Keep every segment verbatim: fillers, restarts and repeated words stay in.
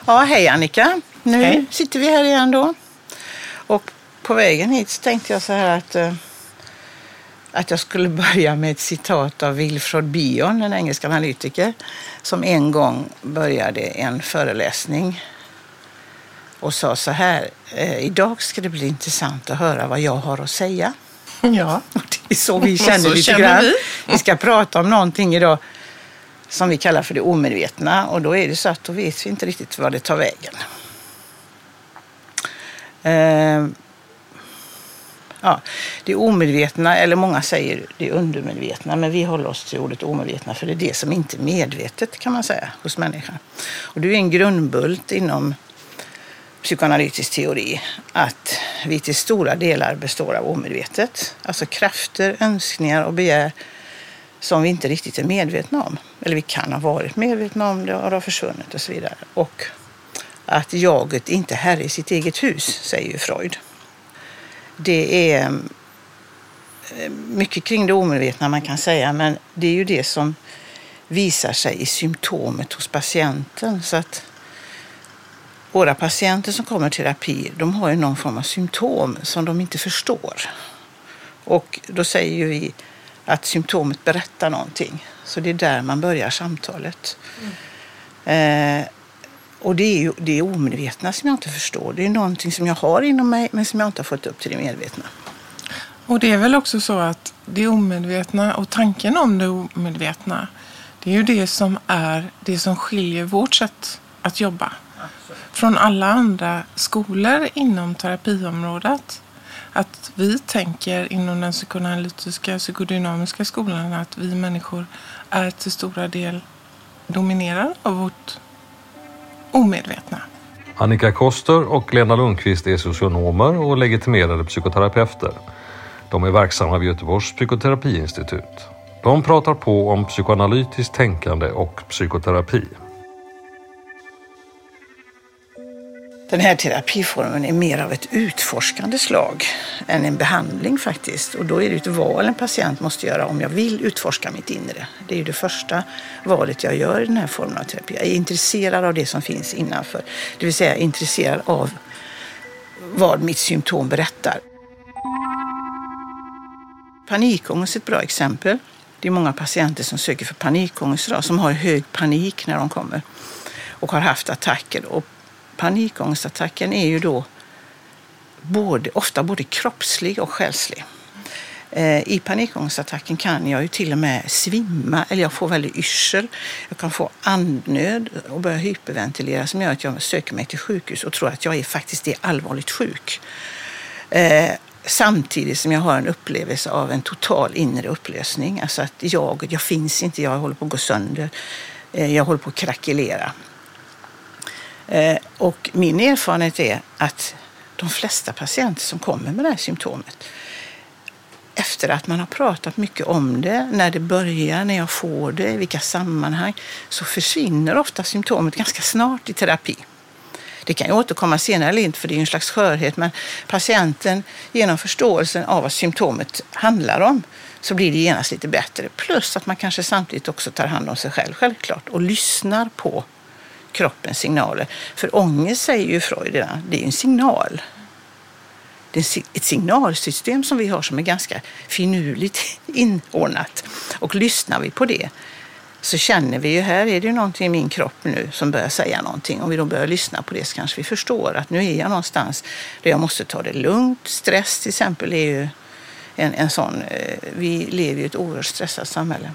Ja, hej Annika. Nu hej. Sitter vi här igen då. Och på vägen hit så tänkte jag så här att, uh, att jag skulle börja med ett citat av Wilfred Bion, en engelsk analytiker, som en gång började en föreläsning och sa så här: uh, idag ska det bli intressant att höra vad jag har att säga. Ja. Och det är så vi känner så lite känner grann. Vi. vi. vi ska prata om någonting idag som vi kallar för det omedvetna, och då är det så att då vet vi inte riktigt vad det tar vägen. Uh, ja, det omedvetna, eller många säger det undermedvetna, men vi håller oss till ordet omedvetna för det är det som inte är medvetet, kan man säga, hos människan. Och det är en grundbult inom psykoanalytisk teori att vi till stora delar består av omedvetet, alltså krafter, önskningar och begär som vi inte riktigt är medvetna om. Eller vi kan ha varit medvetna om det och det har försvunnit och så vidare. Och att jaget inte är herre i sitt eget hus, säger ju Freud. Det är mycket kring det omedvetna man kan säga, men det är ju det som visar sig i symptomet hos patienten. Så att våra patienter som kommer till terapi, de har ju någon form av symptom som de inte förstår. Och då säger ju vi att symptomet berättar någonting. Så det är där man börjar samtalet. Mm. Eh, och det är ju det är omedvetna som jag inte förstår. Det är någonting som jag har inom mig men som jag inte har fått upp till det medvetna. Och det är väl också så att det omedvetna och tanken om det omedvetna, det är ju det som är det som skiljer vårt sätt att jobba Absolut. Från alla andra skolor inom terapiområdet. Att vi tänker inom den psykoanalytiska, psykodynamiska skolan att vi människor är till stora del dominerade av vårt omedvetna. Annika Koster och Lena Lundqvist är socionomer och legitimerade psykoterapeuter. De är verksamma vid Göteborgs psykoterapiinstitut. De pratar på om psykoanalytiskt tänkande och psykoterapi. Den här terapiformen är mer av ett utforskande slag än en behandling faktiskt. Och då är det ett val en patient måste göra om jag vill utforska mitt inre. Det är ju det första valet jag gör i den här formen av terapi. Jag är intresserad av det som finns innanför. Det vill säga intresserad av vad mitt symptom berättar. Panikångest är ett bra exempel. Det är många patienter som söker för panikångest idag, som har hög panik när de kommer och har haft attacker. Och panikångestattacken är ju då både, ofta både kroppslig och själslig. Eh, I panikångestattacken kan jag ju till och med svimma eller jag får väldigt yrsel. Jag kan få andnöd och börja hyperventilera som gör att jag söker mig till sjukhus och tror att jag är faktiskt är allvarligt sjuk. Eh, samtidigt som jag har en upplevelse av en total inre upplösning. Alltså att jag, jag finns inte, jag håller på att gå sönder. Eh, jag håller på att krackelera. Eh, och min erfarenhet är att de flesta patienter som kommer med det här symptomet, efter att man har pratat mycket om det, när det börjar, när jag får det, i vilka sammanhang, så försvinner ofta symptomet ganska snart i terapi. Det kan ju återkomma senare eller inte, för det är ju en slags skörhet, men patienten genom förståelsen av vad symptomet handlar om så blir det genast lite bättre. Plus att man kanske samtidigt också tar hand om sig själv, självklart, och lyssnar på kroppens signaler. För ångest, säger ju Freud redan, det är en signal. Det är ett signalsystem som vi har som är ganska finurligt inordnat. Och lyssnar vi på det så känner vi ju, här är det ju någonting i min kropp nu som börjar säga någonting. Om vi då börjar lyssna på det så kanske vi förstår att nu är jag någonstans där jag måste ta det lugnt. Stress till exempel är ju en, en sån, vi lever i ett oerhört stressat samhälle.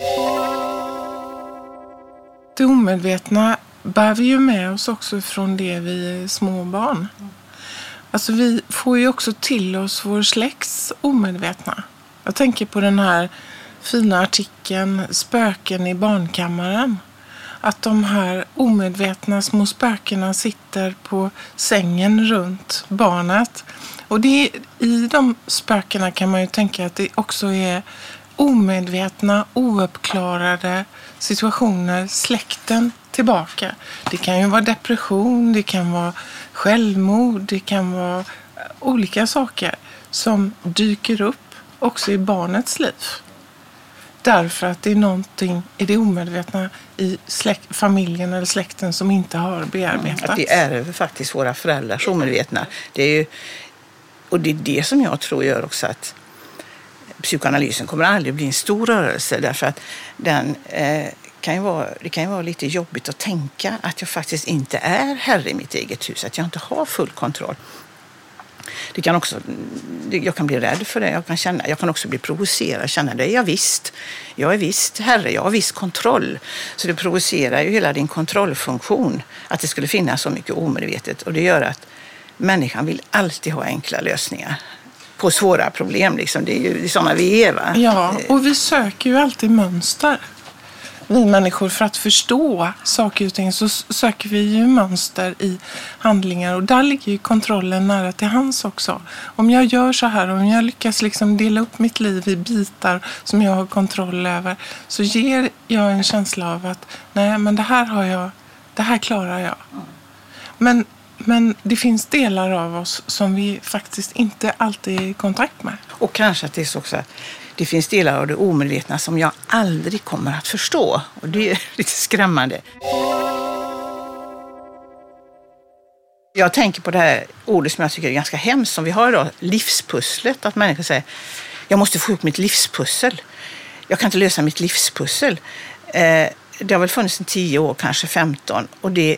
Det omedvetna bär vi ju med oss också från det vi är små barn. Alltså vi får ju också till oss vår släkts omedvetna. Jag tänker på den här fina artikeln Spöken i barnkammaren. Att de här omedvetna små spökena sitter på sängen runt barnet. Och det, i de spökena kan man ju tänka att det också är omedvetna, ouppklarade situationer släkten tillbaka. Det kan ju vara depression, det kan vara självmord, det kan vara olika saker som dyker upp också i barnets liv. därför att det är någonting i det omedvetna i släkt, familjen eller släkten som inte har bearbetats. Att det är faktiskt våra föräldrars omedvetna. Det är ju, och det är det som jag tror gör också att psykoanalysen kommer aldrig bli en stor rörelse, därför att den eh, kan ju vara, det kan ju vara lite jobbigt att tänka att jag faktiskt inte är herre i mitt eget hus, att jag inte har full kontroll. Det kan också, jag kan bli rädd för det, jag kan, känna, jag kan också bli provocerad, känna det är jag visst. Jag är visst herre, jag har viss kontroll. Så det provocerar ju hela din kontrollfunktion att det skulle finnas så mycket omedvetet, och det gör att människan vill alltid ha enkla lösningar på svåra problem. Liksom. Det är ju sådana vi är, va? Ja, och vi söker ju alltid mönster. Vi människor, för att förstå saker och ting så söker vi ju mönster i handlingar, och där ligger ju kontrollen nära till hands också. Om jag gör så här, om jag lyckas liksom dela upp mitt liv i bitar som jag har kontroll över, så ger jag en känsla av att nej, men det här har jag, det här klarar jag. Men Men det finns delar av oss som vi faktiskt inte alltid är i kontakt med. Och kanske att det är så också att det finns delar av det omedvetna som jag aldrig kommer att förstå. Och det är lite skrämmande. Jag tänker på det här ordet som jag tycker är ganska hemskt som vi har idag, livspusslet. Att människor säger, jag måste få ihop mitt livspussel. Jag kan inte lösa mitt livspussel. Eh, det har väl funnits en tio år, kanske femton. Och det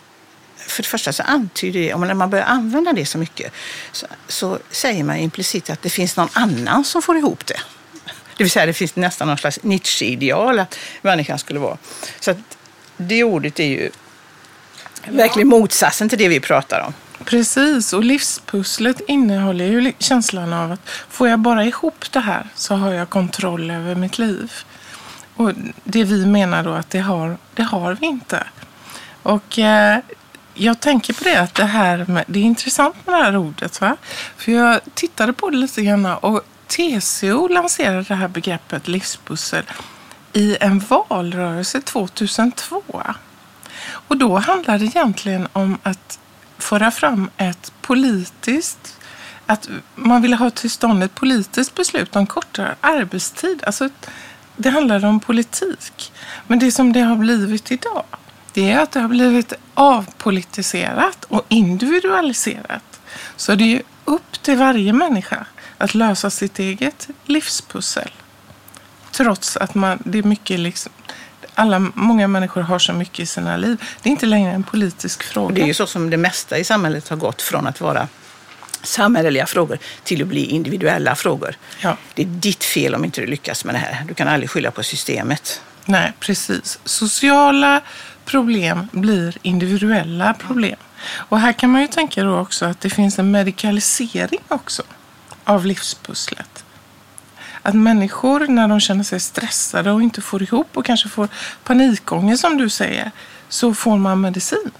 För det första så antyder det, om när man börjar använda det så mycket, så, så säger man implicit att det finns någon annan som får ihop det. Det vill säga det finns nästan någon slags Nietzsche-ideal att människan skulle vara. Så att det ordet är ju ja. verkligen motsatsen till det vi pratar om. Precis, och livspusslet innehåller ju känslan av att får jag bara ihop det här så har jag kontroll över mitt liv. Och det vi menar då att det har, det har vi inte. Och eh, jag tänker på det att det här med, det är intressant med det här ordet, va? För jag tittade på det lite grann, och T C O lanserade det här begreppet livspussel i en valrörelse tjugohundratvå. Och då handlade det egentligen om att föra fram ett politiskt, att man ville ha till stånd ett politiskt beslut om kortare arbetstid. Alltså det handlade om politik. Men det som det har blivit idag, det är att det har blivit avpolitiserat och individualiserat. Så det är upp till varje människa att lösa sitt eget livspussel. Trots att man, det är mycket liksom, alla, många människor har så mycket i sina liv. Det är inte längre en politisk fråga. Och det är ju så som det mesta i samhället har gått från att vara samhälleliga frågor till att bli individuella frågor. Ja. Det är ditt fel om inte du lyckas med det här. Du kan aldrig skylla på systemet. Nej, precis. Sociala problem blir individuella problem. Och här kan man ju tänka då också att det finns en medikalisering också av livspusslet. Att människor när de känner sig stressade och inte får ihop och kanske får panikångest som du säger, så får man medicin.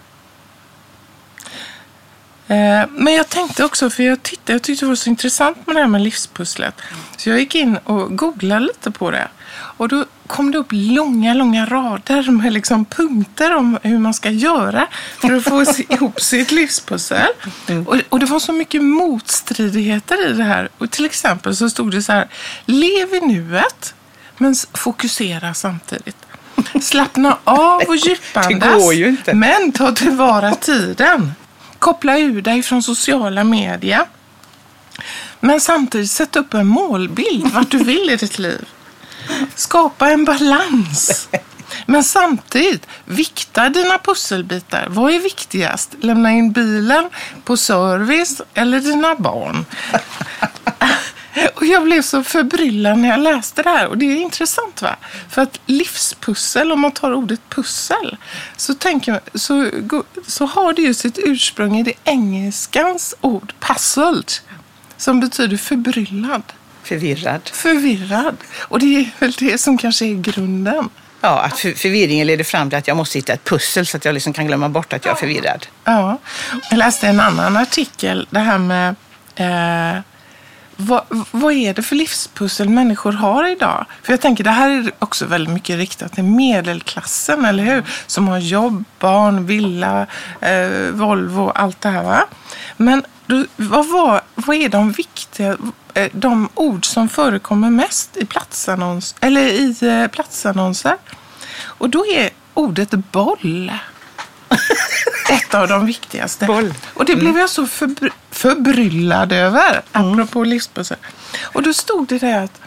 Men jag tänkte också, för jag tittade, jag tyckte det var så intressant med det här med livspusslet. Så jag gick in och googlade lite på det. Och då kom det upp långa, långa rader med liksom punkter om hur man ska göra för att få ihop sitt livspussel. Mm. Och, och det var så mycket motstridigheter i det här. Och till exempel så stod det så här: lev i nuet, men fokusera samtidigt. Slappna av och djupandas, det går ju inte. Men ta tillvara tiden. Koppla ur dig från sociala medier. Men samtidigt sätta upp en målbild vart du vill i ditt liv. Skapa en balans. Men samtidigt vikta dina pusselbitar. Vad är viktigast? Lämna in bilen på service eller dina barn? Och jag blev så förbryllad när jag läste det här. Och det är intressant, va? För att livspussel, om man tar ordet pussel, så, tänker man, så, så har det ju sitt ursprung i det engelskans ord puzzled, som betyder förbryllad. Förvirrad. Förvirrad. Och det är väl det som kanske är grunden. Ja, att för, förvirringen leder fram till att jag måste hitta ett pussel så att jag liksom kan glömma bort att jag är förvirrad. Ja, jag läste en annan artikel, det här med... Eh, vad, vad är det för livspussel människor har idag? För jag tänker, det här är också väldigt mycket riktat till medelklassen, eller hur? Som har jobb, barn, villa, eh, Volvo, allt det här, va? Men du, vad, var, vad är de viktiga, de ord som förekommer mest i platsannons, eller i eh, platsannonser? Och då är ordet boll ett av de viktigaste. Boll. Och det blev jag så förbry- förbryllad över, mm. apropå livspussel. Och då stod det där att,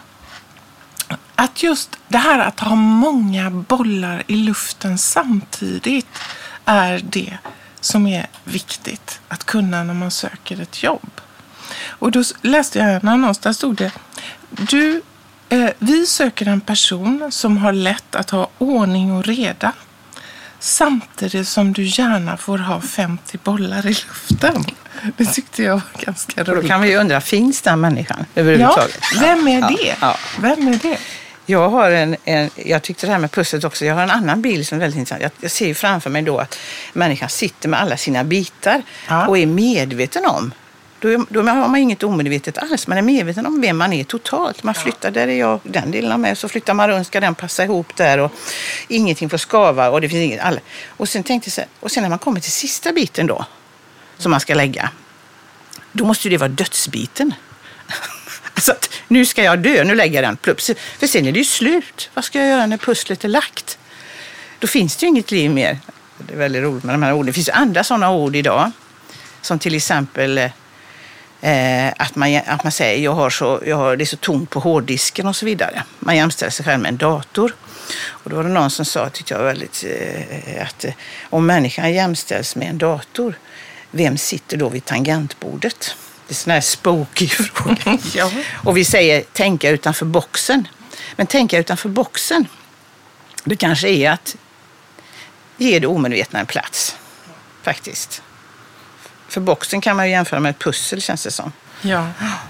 att just det här att ha många bollar i luften samtidigt är det som är viktigt att kunna när man söker ett jobb. Och då läste jag en annons, där stod det: du, eh, vi söker en person som har lätt att ha ordning och reda, samtidigt som du gärna får ha femtio bollar i luften. Det tyckte jag var ganska roligt. Då kan vi ju undra, finns den människan överhuvudtaget? Ja, vem är ja. det? Ja. Ja. Vem är det? Jag har en, en, jag tyckte det här med pusslet också, jag har en annan bild som är väldigt intressant. Jag, jag ser ju framför mig då att människan sitter med alla sina bitar ja. och är medveten om. Då, då har man inget omedvetet alls. Man är medveten om vem man är totalt. Man flyttar, där är jag, den delen av mig. Så flyttar man runt, ska den passa ihop där. Och ingenting får skava och det finns inget. Alla. Och sen tänkte jag så här, och sen när man kommer till sista biten då, som man ska lägga, då måste ju det vara dödsbiten. Så att nu ska jag dö, nu lägger jag den plups. För sen är det ju slut. Vad ska jag göra när pusslet är lagt? Då finns det ju inget liv mer. Det är väldigt roligt med de här orden. Det finns ju andra sådana ord idag. Som till exempel eh, att, man, att man säger jag har så, jag har, det är så tomt på hårddisken och så vidare. Man jämställer sig själv med en dator. Och då var det någon som sa, tyckte jag väldigt, eh, att eh, om människan jämställs med en dator, vem sitter då vid tangentbordet? Det är sån här spooky fråga. Ja. Och vi säger tänka utanför boxen. Men tänka utanför boxen, det kanske är att ge det omedvetna en plats. Faktiskt. För boxen kan man ju jämföra med ett pussel, känns det som. Ja.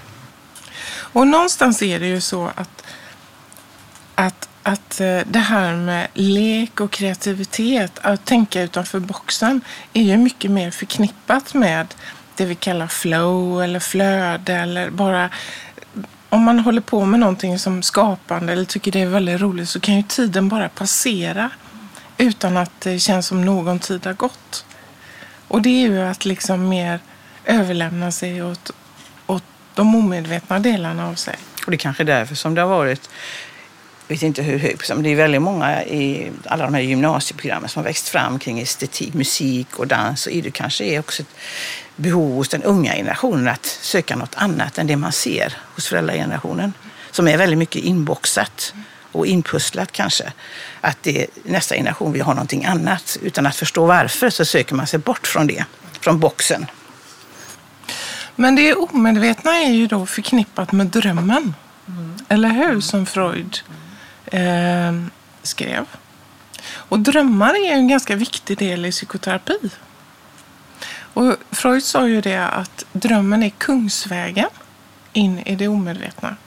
Och någonstans är det ju så att, att, att det här med lek och kreativitet, att tänka utanför boxen, är ju mycket mer förknippat med det vi kallar flow eller flöde, eller bara om man håller på med någonting som skapande eller tycker det är väldigt roligt, så kan ju tiden bara passera utan att det känns som någon tid har gått. Och det är ju att liksom mer överlämna sig åt, åt de omedvetna delarna av sig. Och det är kanske därför som det har varit, jag vet inte hur högt, men det är väldigt många i alla de här gymnasieprogrammen som har växt fram kring estetik, musik och dans. Och det kanske är också ett behov hos den unga generationen att söka något annat än det man ser hos föräldragenerationen. Som är väldigt mycket inboxat och inpusslat kanske. Att det, nästa generation vill ha någonting annat. Utan att förstå varför så söker man sig bort från det, från boxen. Men det omedvetna är ju då förknippat med drömmen. Mm. Eller hur? Som Freud eh, skrev. Och drömmar är en ganska viktig del i psykoterapi. Och Freud sa ju det att drömmen är kungsvägen in i det omedvetna.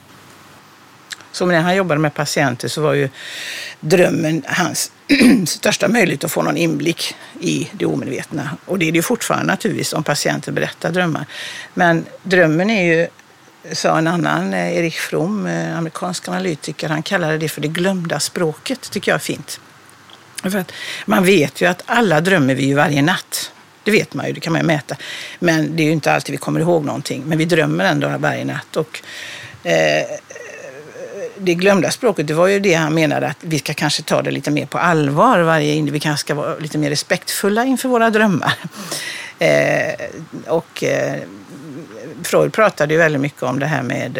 Så när han jobbade med patienter så var ju drömmen hans största möjlighet att få någon inblick i det omedvetna. Och det är det ju fortfarande naturligtvis om patienter berättar drömmar. Men drömmen är ju, sa en annan, Erik Fromm, amerikansk analytiker, han kallade det för det glömda språket, tycker jag är fint. För att man vet ju att alla drömmer vi ju varje natt. Det vet man ju, det kan man ju mäta. Men det är ju inte alltid vi kommer ihåg någonting. Men vi drömmer ändå varje natt. Och eh, det glömda språket, det var ju det han menade, att vi ska kanske ta det lite mer på allvar. Varje, vi kanske ska vara lite mer respektfulla inför våra drömmar. Eh, och eh, Freud pratade ju väldigt mycket om det här med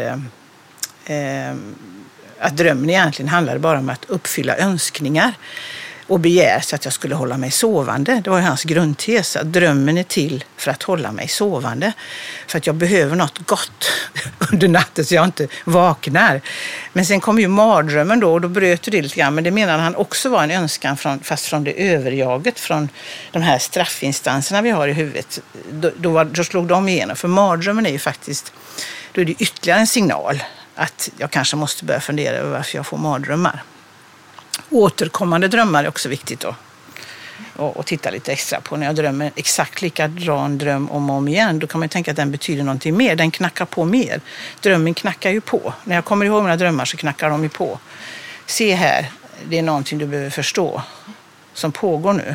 eh, att drömmen egentligen handlade bara om att uppfylla önskningar. Och begär så att jag skulle hålla mig sovande. Det var ju hans grundtes, att drömmen är till för att hålla mig sovande. För att jag behöver något gott under natten så jag inte vaknar. Men sen kom ju mardrömmen då, och då bröt det lite grann. Men det menade han också var en önskan, från, fast från det överjaget, från de här straffinstanserna vi har i huvudet. Då, då, var, då slog de igenom. För mardrömmen är ju faktiskt, då är det ytterligare en signal att jag kanske måste börja fundera över varför jag får mardrömmar. Återkommande drömmar är också viktigt då. och, och titta lite extra på. När jag drömmer exakt likadan dröm om och om igen, då kan man tänka att den betyder någonting mer. Den knackar på mer. Drömmen knackar ju på. När jag kommer ihåg mina drömmar så knackar de ju på. Se här, det är någonting du behöver förstå som pågår nu.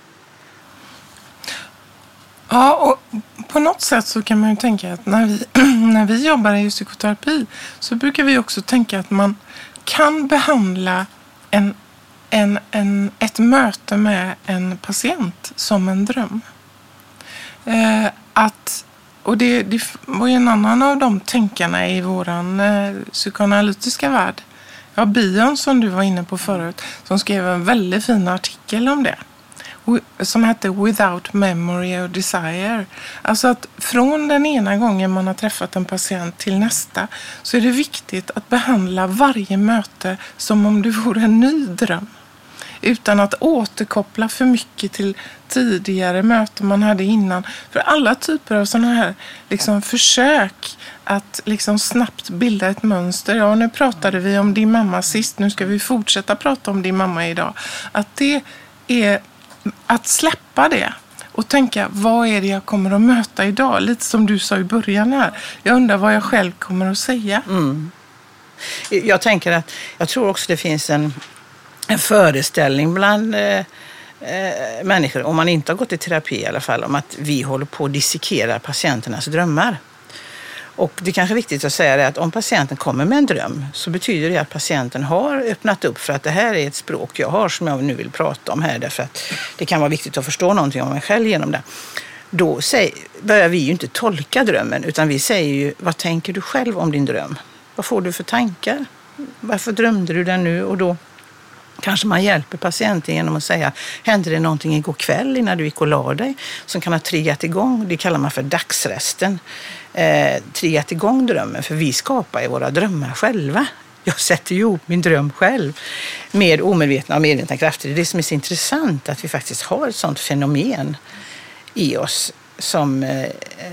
Ja, och på något sätt så kan man ju tänka att när vi, när vi jobbar i psykoterapi så brukar vi också tänka att man kan behandla en, en, en, ett möte med en patient som en dröm. Eh, att, och det, det var ju en annan av de tänkarna i våran eh, psykoanalytiska värld. Ja, Bion som du var inne på förut, som skrev en väldigt fin artikel om det. Som hette Without Memory or Desire. Alltså att från den ena gången man har träffat en patient till nästa så är det viktigt att behandla varje möte som om det vore en ny dröm. Utan att återkoppla för mycket till tidigare möten man hade innan. För alla typer av sådana här liksom, försök att liksom, snabbt bilda ett mönster. Ja, nu pratade vi om din mamma sist, nu ska vi fortsätta prata om din mamma idag. Att det är att släppa det och tänka, vad är det jag kommer att möta idag? Lite som du sa i början här. Jag undrar vad jag själv kommer att säga. Mm. Jag tänker att, jag tror också det finns en, en föreställning bland eh, eh, människor, om man inte har gått i terapi i alla fall, om att vi håller på att dissekera patienternas drömmar. Och det är kanske viktigt att säga det att om patienten kommer med en dröm så betyder det att patienten har öppnat upp för att det här är ett språk jag har som jag nu vill prata om här, därför att det kan vara viktigt att förstå någonting om mig själv genom det. Då säger, börjar vi ju inte tolka drömmen, utan vi säger ju, vad tänker du själv om din dröm? Vad får du för tankar? Varför drömde du den nu? Och då kanske man hjälper patienten genom att säga, hände det någonting igår kväll innan du gick och la dig som kan ha triggat igång, det kallar man för dagsresten, eh, triggat igång drömmen, för vi skapar ju våra drömmar själva. Jag sätter ihop min dröm själv med omedvetna och medvetna krafter. Det är det som är så intressant, att vi faktiskt har ett sånt fenomen i oss som eh,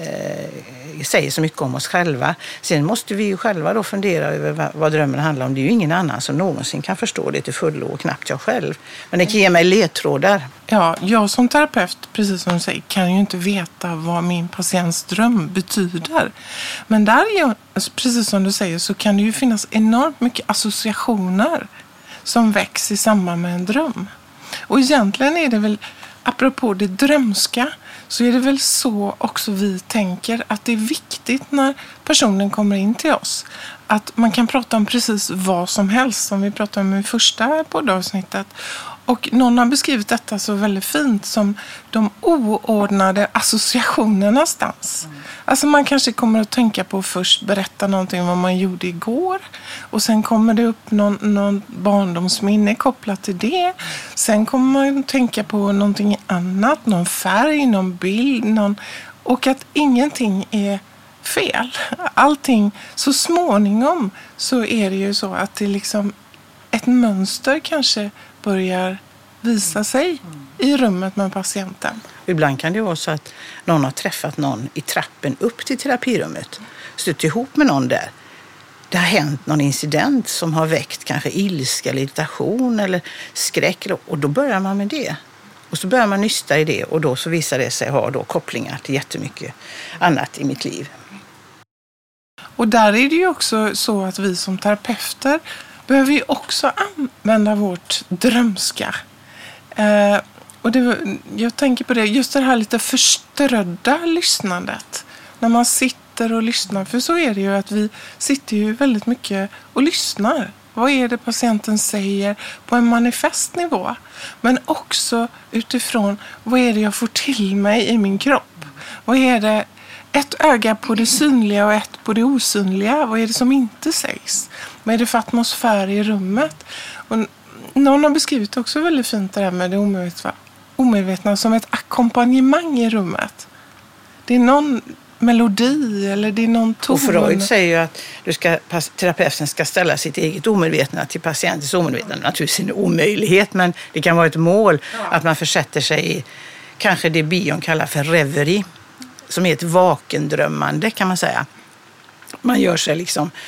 säger så mycket om oss själva. Sen måste vi ju själva då fundera över vad, vad drömmen handlar om. Det är ju ingen annan som någonsin kan förstå det till fullo, och knappt jag själv. Men det kan ge mig ledtrådar. Ja, jag som terapeut, precis som du säger, kan ju inte veta vad min patients dröm betyder. Men där, precis som du säger, så kan det ju finnas enormt mycket associationer som väcks i samband med en dröm. Och egentligen är det väl, apropå det drömska, så är det väl så också vi tänker att det är viktigt när personen kommer in till oss att man kan prata om precis vad som helst, som vi pratade om i första poddavsnittet. Och någon har beskrivit detta så väldigt fint som de oordnade associationernas dans. Mm. Alltså man kanske kommer att tänka på att först berätta någonting om vad man gjorde igår. Och sen kommer det upp någon, någon barndomsminne kopplat till det. Sen kommer man att tänka på någonting annat, någon färg, någon bild. Någon, och att ingenting är fel. Allting, så småningom så är det ju så att det liksom ett mönster kanske börjar visa sig i rummet med patienten. Ibland kan det vara så att någon har träffat någon i trappen upp till terapirummet, stött ihop med någon där. Det har hänt någon incident som har väckt kanske ilska eller irritation eller skräck, och då börjar man med det. Och så börjar man nysta i det, och då så visar det sig ha då kopplingar till jättemycket annat i mitt liv. Och där är det ju också så att vi som terapeuter behöver ju också använda vårt drömska. Eh, och det, jag tänker på det, just det här lite förströdda lyssnandet. När man sitter och lyssnar, för så är det ju att vi sitter ju väldigt mycket och lyssnar. Vad är det patienten säger på en manifest nivå? Men också utifrån, vad är det jag får till mig i min kropp? Vad är det, ett öga på det synliga och ett på det osynliga? Vad är det som inte sägs? Vad är det för atmosfär i rummet? Och någon har beskrivit också väldigt fint det här med det omedvetna, omedvetna som ett ackompanjemang i rummet. Det är någon melodi eller det är någon ton. Och Freud säger ju att du ska, terapeuten ska ställa sitt eget omedvetna till patientens omedvetna. Naturligtvis en omöjlighet, men det kan vara ett mål att man försätter sig i kanske det Bion kallar för reverie, som är ett vakendrömmande kan man säga. Man gör sig liksom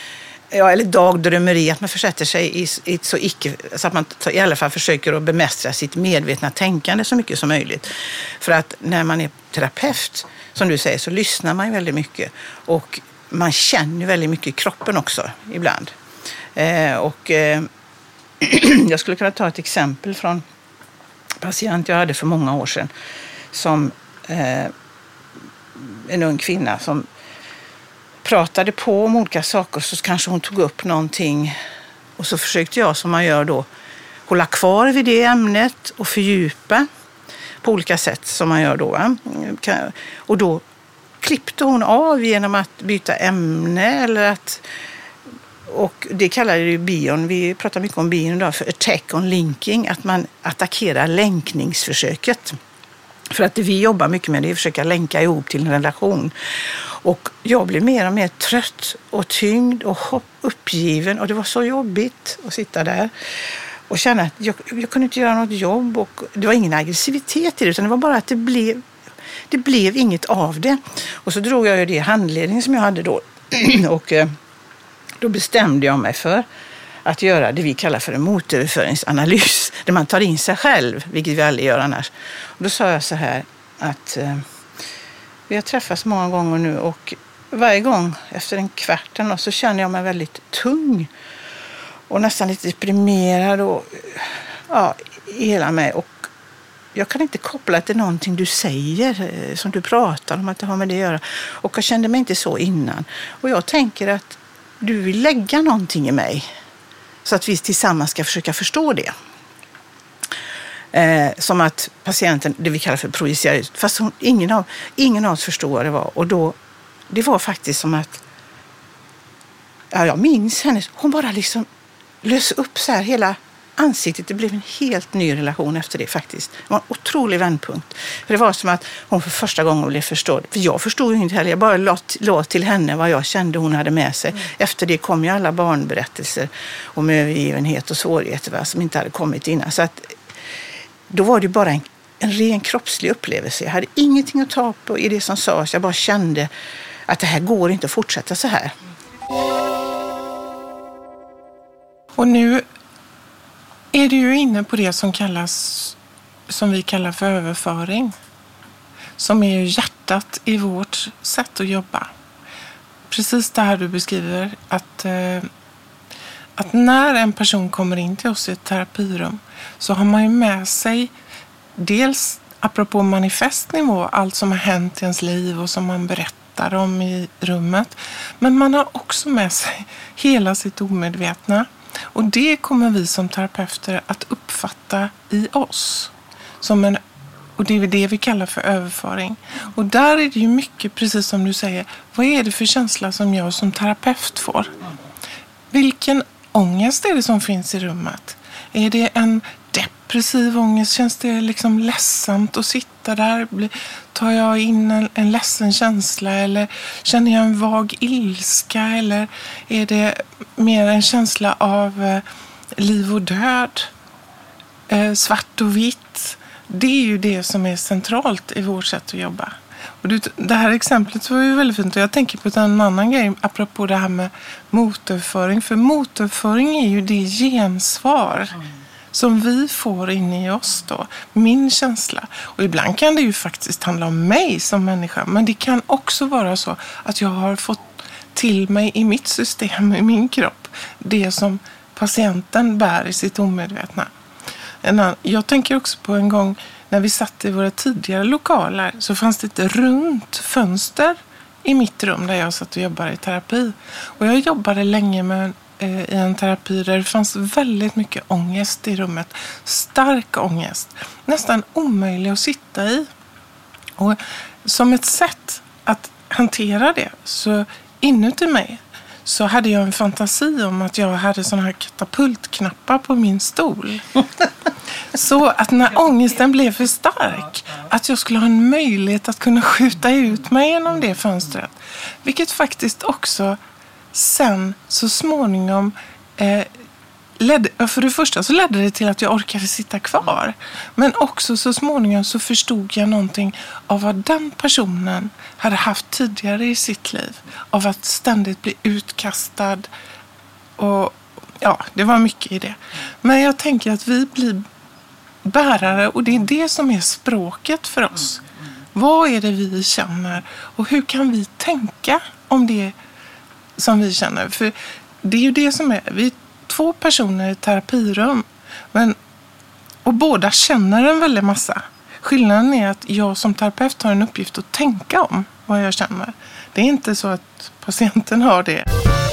ja, eller dagdrömmeri, att man försätter sig i, i så icke, så att man i alla fall försöker att bemästra sitt medvetna tänkande så mycket som möjligt. För att när man är terapeut, som du säger, så lyssnar man ju väldigt mycket och man känner väldigt mycket i kroppen också ibland. Eh, och eh, jag skulle kunna ta ett exempel från en patient jag hade för många år sedan, som eh, en ung kvinna som pratade på om olika saker, så kanske hon tog upp någonting och så försökte jag, som man gör då, hålla kvar vid det ämnet och fördjupa på olika sätt som man gör då. Och då klippte hon av genom att byta ämne eller att, och det kallar ju bion, vi pratar mycket om bion idag, för attack on linking, att man attackerar länkningsförsöket. För att det vi jobbar mycket med det är att försöka länka ihop till en relation. Och jag blev mer och mer trött och tyngd och hopp, uppgiven. Och det var så jobbigt att sitta där och känna att jag, jag kunde inte göra något jobb. Och det var ingen aggressivitet i det, utan det var bara att det blev, det blev inget av det. Och så drog jag ju det handledning som jag hade då. Och då bestämde jag mig för att göra det vi kallar för en motöverföringsanalys, där man tar in sig själv, vilket vi aldrig gör annars. Och då sa jag så här att eh, vi har träffats många gånger nu, och varje gång efter en kvart så känner jag mig väldigt tung och nästan lite deprimerad och ja, i hela mig. Och jag kan inte koppla till någonting du säger, som du pratar om att det har med det att göra. Och jag kände mig inte så innan. Och jag tänker att du vill lägga någonting i mig, så att vi tillsammans ska försöka förstå det. Eh, som att patienten, det vi kallar för projicera ut. Fast hon, ingen, av, ingen av oss förstår vad det var. Och då, det var faktiskt som att, ja, jag minns henne, hon bara liksom lös upp så här hela ansiktet. Det blev en helt ny relation efter det faktiskt. Det var en otrolig vändpunkt. För det var som att hon för första gången blev förstådd. För jag förstod ju inte heller. Jag bara låt, låt till henne vad jag kände hon hade med sig. Mm. Efter det kom ju alla barnberättelser om övergivenhet och svårigheter, va, som inte hade kommit innan. Så att då var det bara en, en ren kroppslig upplevelse. Jag hade ingenting att ta på i det som sades. Jag bara kände att det här går inte att fortsätta så här. Och nu är du ju inne på det som kallas, som vi kallar för överföring. Som är ju hjärtat i vårt sätt att jobba. Precis det här du beskriver, att, eh, att när en person kommer in till oss i ett terapirum så har man ju med sig dels, apropå manifestnivå, allt som har hänt i ens liv och som man berättar om i rummet. Men man har också med sig hela sitt omedvetna. Och det kommer vi som terapeuter att uppfatta i oss. Som en, och det är det vi kallar för överföring. Och där är det ju mycket, precis som du säger, vad är det för känsla som jag som terapeut får? Vilken ångest är det som finns i rummet? Är det en depressiv ångest? Känns det liksom ledsamt att sitta där? Tar jag in en, en ledsen känsla? Eller känner jag en vag ilska? Eller är det mer en känsla av eh, liv och död? Eh, svart och vitt? Det är ju det som är centralt i vårt sätt att jobba. Och det här exemplet var ju väldigt fint, och jag tänker på en annan grej apropå det här med motöverföring. För motöverföring är ju det gensvar mm. som vi får in i oss då. Min känsla. Och ibland kan det ju faktiskt handla om mig som människa, men det kan också vara så att jag har fått till mig i mitt system, i min kropp, det som patienten bär i sitt omedvetna. Jag tänker också på en gång när vi satt i våra tidigare lokaler, så fanns det ett runt fönster i mitt rum där jag satt och jobbade i terapi. Och jag jobbade länge med, eh, i en terapi där det fanns väldigt mycket ångest i rummet. Stark ångest. Nästan omöjlig att sitta i. Och som ett sätt att hantera det, så inuti mig så hade jag en fantasi om att jag hade såna här katapultknappar på min stol. Så att när ångesten blev för stark, att jag skulle ha en möjlighet att kunna skjuta ut mig genom det fönstret. Vilket faktiskt också sen så småningom eh, ledde, för det första så ledde det till att jag orkade sitta kvar. Men också så småningom så förstod jag någonting av vad den personen hade haft tidigare i sitt liv. Av att ständigt bli utkastad Och ja, det var mycket i det. Men jag tänker att vi blir bärare, och det är det som är språket för oss. Vad är det vi känner och hur kan vi tänka om det som vi känner? För det är ju det som är, vi är två personer i terapirum, men, och båda känner en väldigt massa. Skillnaden är att jag som terapeut har en uppgift att tänka om vad jag känner. Det är inte så att patienten har det.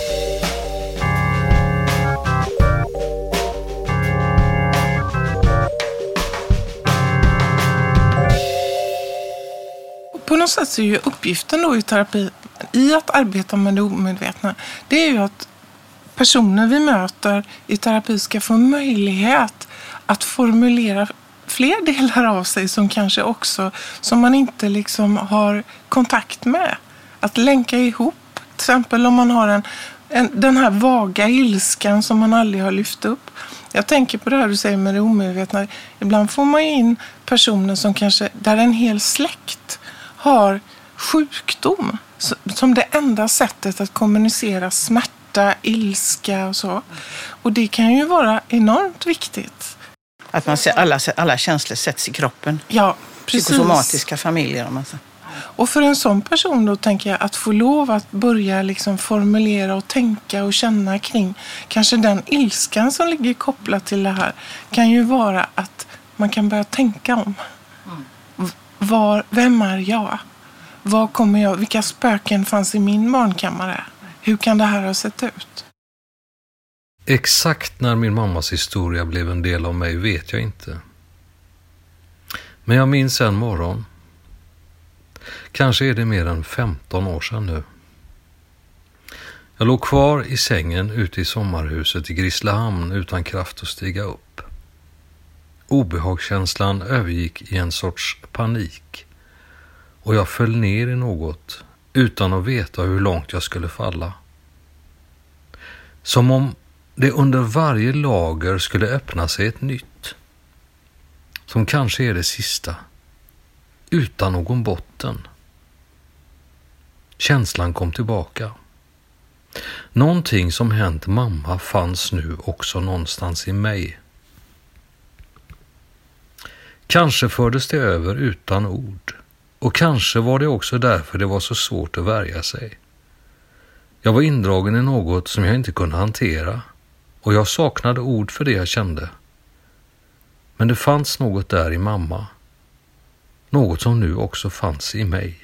På något sätt så är ju uppgiften då i terapi, i att arbeta med det omedvetna, det är ju att personer vi möter i terapi ska få möjlighet att formulera fler delar av sig som kanske också, som man inte liksom har kontakt med. Att länka ihop, till exempel om man har en, en, den här vaga ilskan som man aldrig har lyft upp. Jag tänker på det här du säger med det omedvetna. Ibland får man in personer som kanske, där en hel släkt har sjukdom som det enda sättet att kommunicera smärta, ilska och så. Och det kan ju vara enormt viktigt. Att man ser alla, alla känslor sätts i kroppen. Ja, precis. Psykosomatiska familjer. Om man säger. Och för en sån person då tänker jag att få lov att börja liksom formulera och tänka och känna kring kanske den ilskan som ligger kopplad till det här kan ju vara att man kan börja tänka om. Var, vem är jag? Vad kommer jag? Vilka spöken fanns i min barnkammare? Hur kan det här ha sett ut? Exakt när min mammas historia blev en del av mig vet jag inte. Men jag minns en morgon. Kanske är det mer än femton år sedan nu. Jag låg kvar i sängen ute i sommarhuset i Grisslehamn utan kraft att stiga upp. Obehagskänslan övergick i en sorts panik. Och jag föll ner i något utan att veta hur långt jag skulle falla. Som om det under varje lager skulle öppna sig ett nytt. Som kanske är det sista. Utan någon botten. Känslan kom tillbaka. Någonting som hänt mamma fanns nu också någonstans i mig. Kanske fördes det över utan ord. Och kanske var det också därför det var så svårt att värja sig. Jag var indragen i något som jag inte kunde hantera. Och jag saknade ord för det jag kände. Men det fanns något där i mamma. Något som nu också fanns i mig.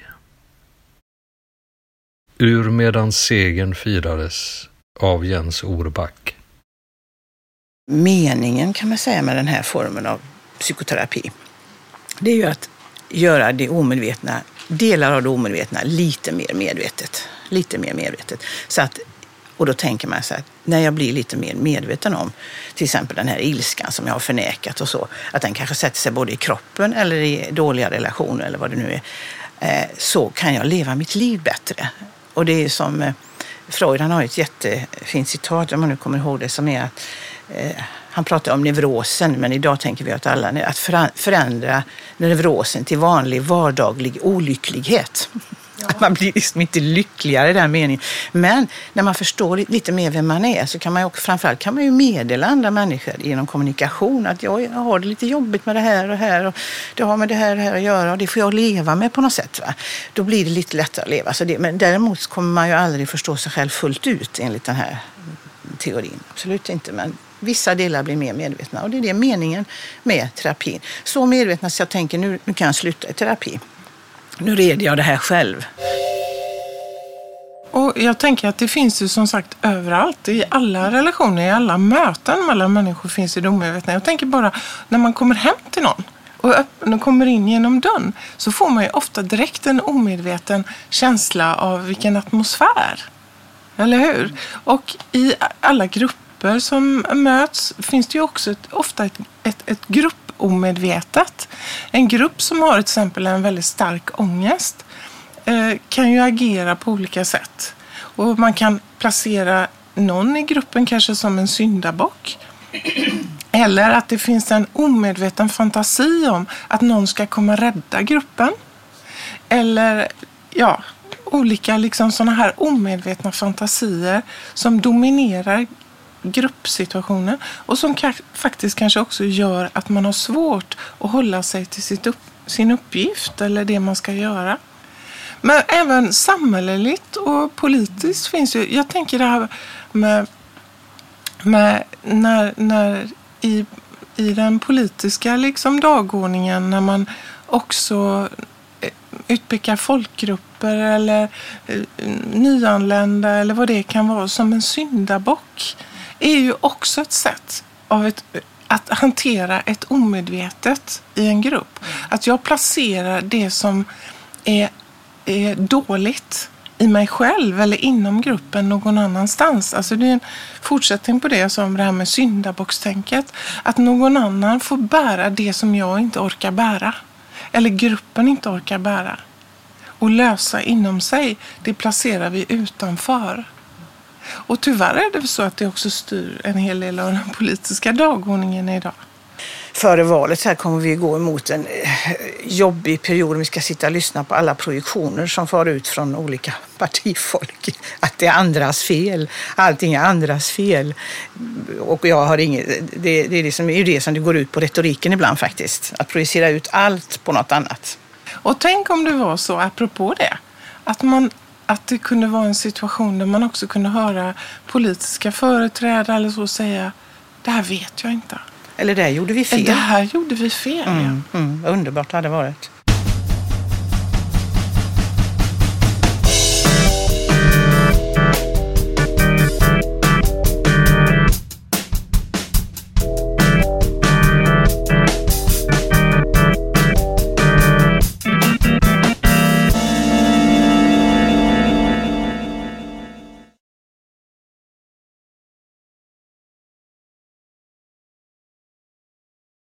Ur Medan segern firades av Jens Orback. Meningen kan man säga med den här formen av psykoterapi, det är ju att göra det omedvetna, delar av det omedvetna lite mer medvetet. Lite mer medvetet. Så att, och då tänker man så här, när jag blir lite mer medveten om till exempel den här ilskan som jag har förnekat och så, att den kanske sätter sig både i kroppen eller i dåliga relationer eller vad det nu är, så kan jag leva mitt liv bättre. Och det är som eh, Freud, han har ett jättefint citat, om man nu kommer ihåg det, som är att eh, han pratar om neurosen, men idag tänker vi att alla, att förändra neurosen till vanlig vardaglig olycklighet. Ja. Att man blir liksom inte lyckligare i den meningen. Men när man förstår lite mer vem man är så kan man ju också, framförallt kan man ju meddela andra människor genom kommunikation att jag har det lite jobbigt med det här och här och det har med det här och här att göra och det får jag leva med på något sätt. Va? Då blir det lite lättare att leva. Så det, men däremot kommer man ju aldrig förstå sig själv fullt ut enligt den här teorin. Absolut inte, men vissa delar blir mer medvetna och det är det meningen med terapin. Så medvetna så jag tänker nu, nu kan jag sluta i terapi. Nu reder jag det här själv. Och jag tänker att det finns ju som sagt överallt. I alla relationer, i alla möten mellan människor finns det omedvetna. Jag tänker bara när man kommer hem till någon och öppnar, kommer in genom dörren så får man ju ofta direkt en omedveten känsla av vilken atmosfär. Eller hur? Och i alla grupper som möts finns det ju också ett, ofta ett, ett, ett gruppomedvetet. En grupp som har till exempel en väldigt stark ångest eh, kan ju agera på olika sätt. Och man kan placera någon i gruppen kanske som en syndabock. Eller att det finns en omedveten fantasi om att någon ska komma rädda gruppen. Eller ja, olika liksom såna här omedvetna fantasier som dominerar gruppsituationer och som ka- faktiskt kanske också gör att man har svårt att hålla sig till sitt upp- sin uppgift eller det man ska göra. Men även samhälleligt och politiskt finns ju, jag tänker det här med, med när, när i, i den politiska liksom dagordningen när man också utpekar folkgrupper eller nyanlända eller vad det kan vara som en syndabock är ju också ett sätt av ett, att hantera ett omedvetet i en grupp. Att jag placerar det som är, är dåligt i mig själv eller inom gruppen någon annanstans. Alltså det är en fortsättning på det som det här med syndabockstänket. Att någon annan får bära det som jag inte orkar bära. Eller gruppen inte orkar bära. Och lösa inom sig, det placerar vi utanför. Och tyvärr är det så att det också styr en hel del av den politiska dagordningen idag. Före valet här kommer vi gå emot en jobbig period. Vi ska sitta och lyssna på alla projektioner som far ut från olika partifolk. Att det är andras fel. Allting är andras fel. Och jag har inget... Det, det är liksom, ju det som det går ut på retoriken ibland faktiskt. Att projicera ut allt på något annat. Och tänk om det var så, apropå det, att, man, att det kunde vara en situation där man också kunde höra politiska företrädare eller så säga, det här vet jag inte. Eller det här gjorde vi fel. Det här gjorde vi fel, mm, ja. Mm, underbart hade det varit.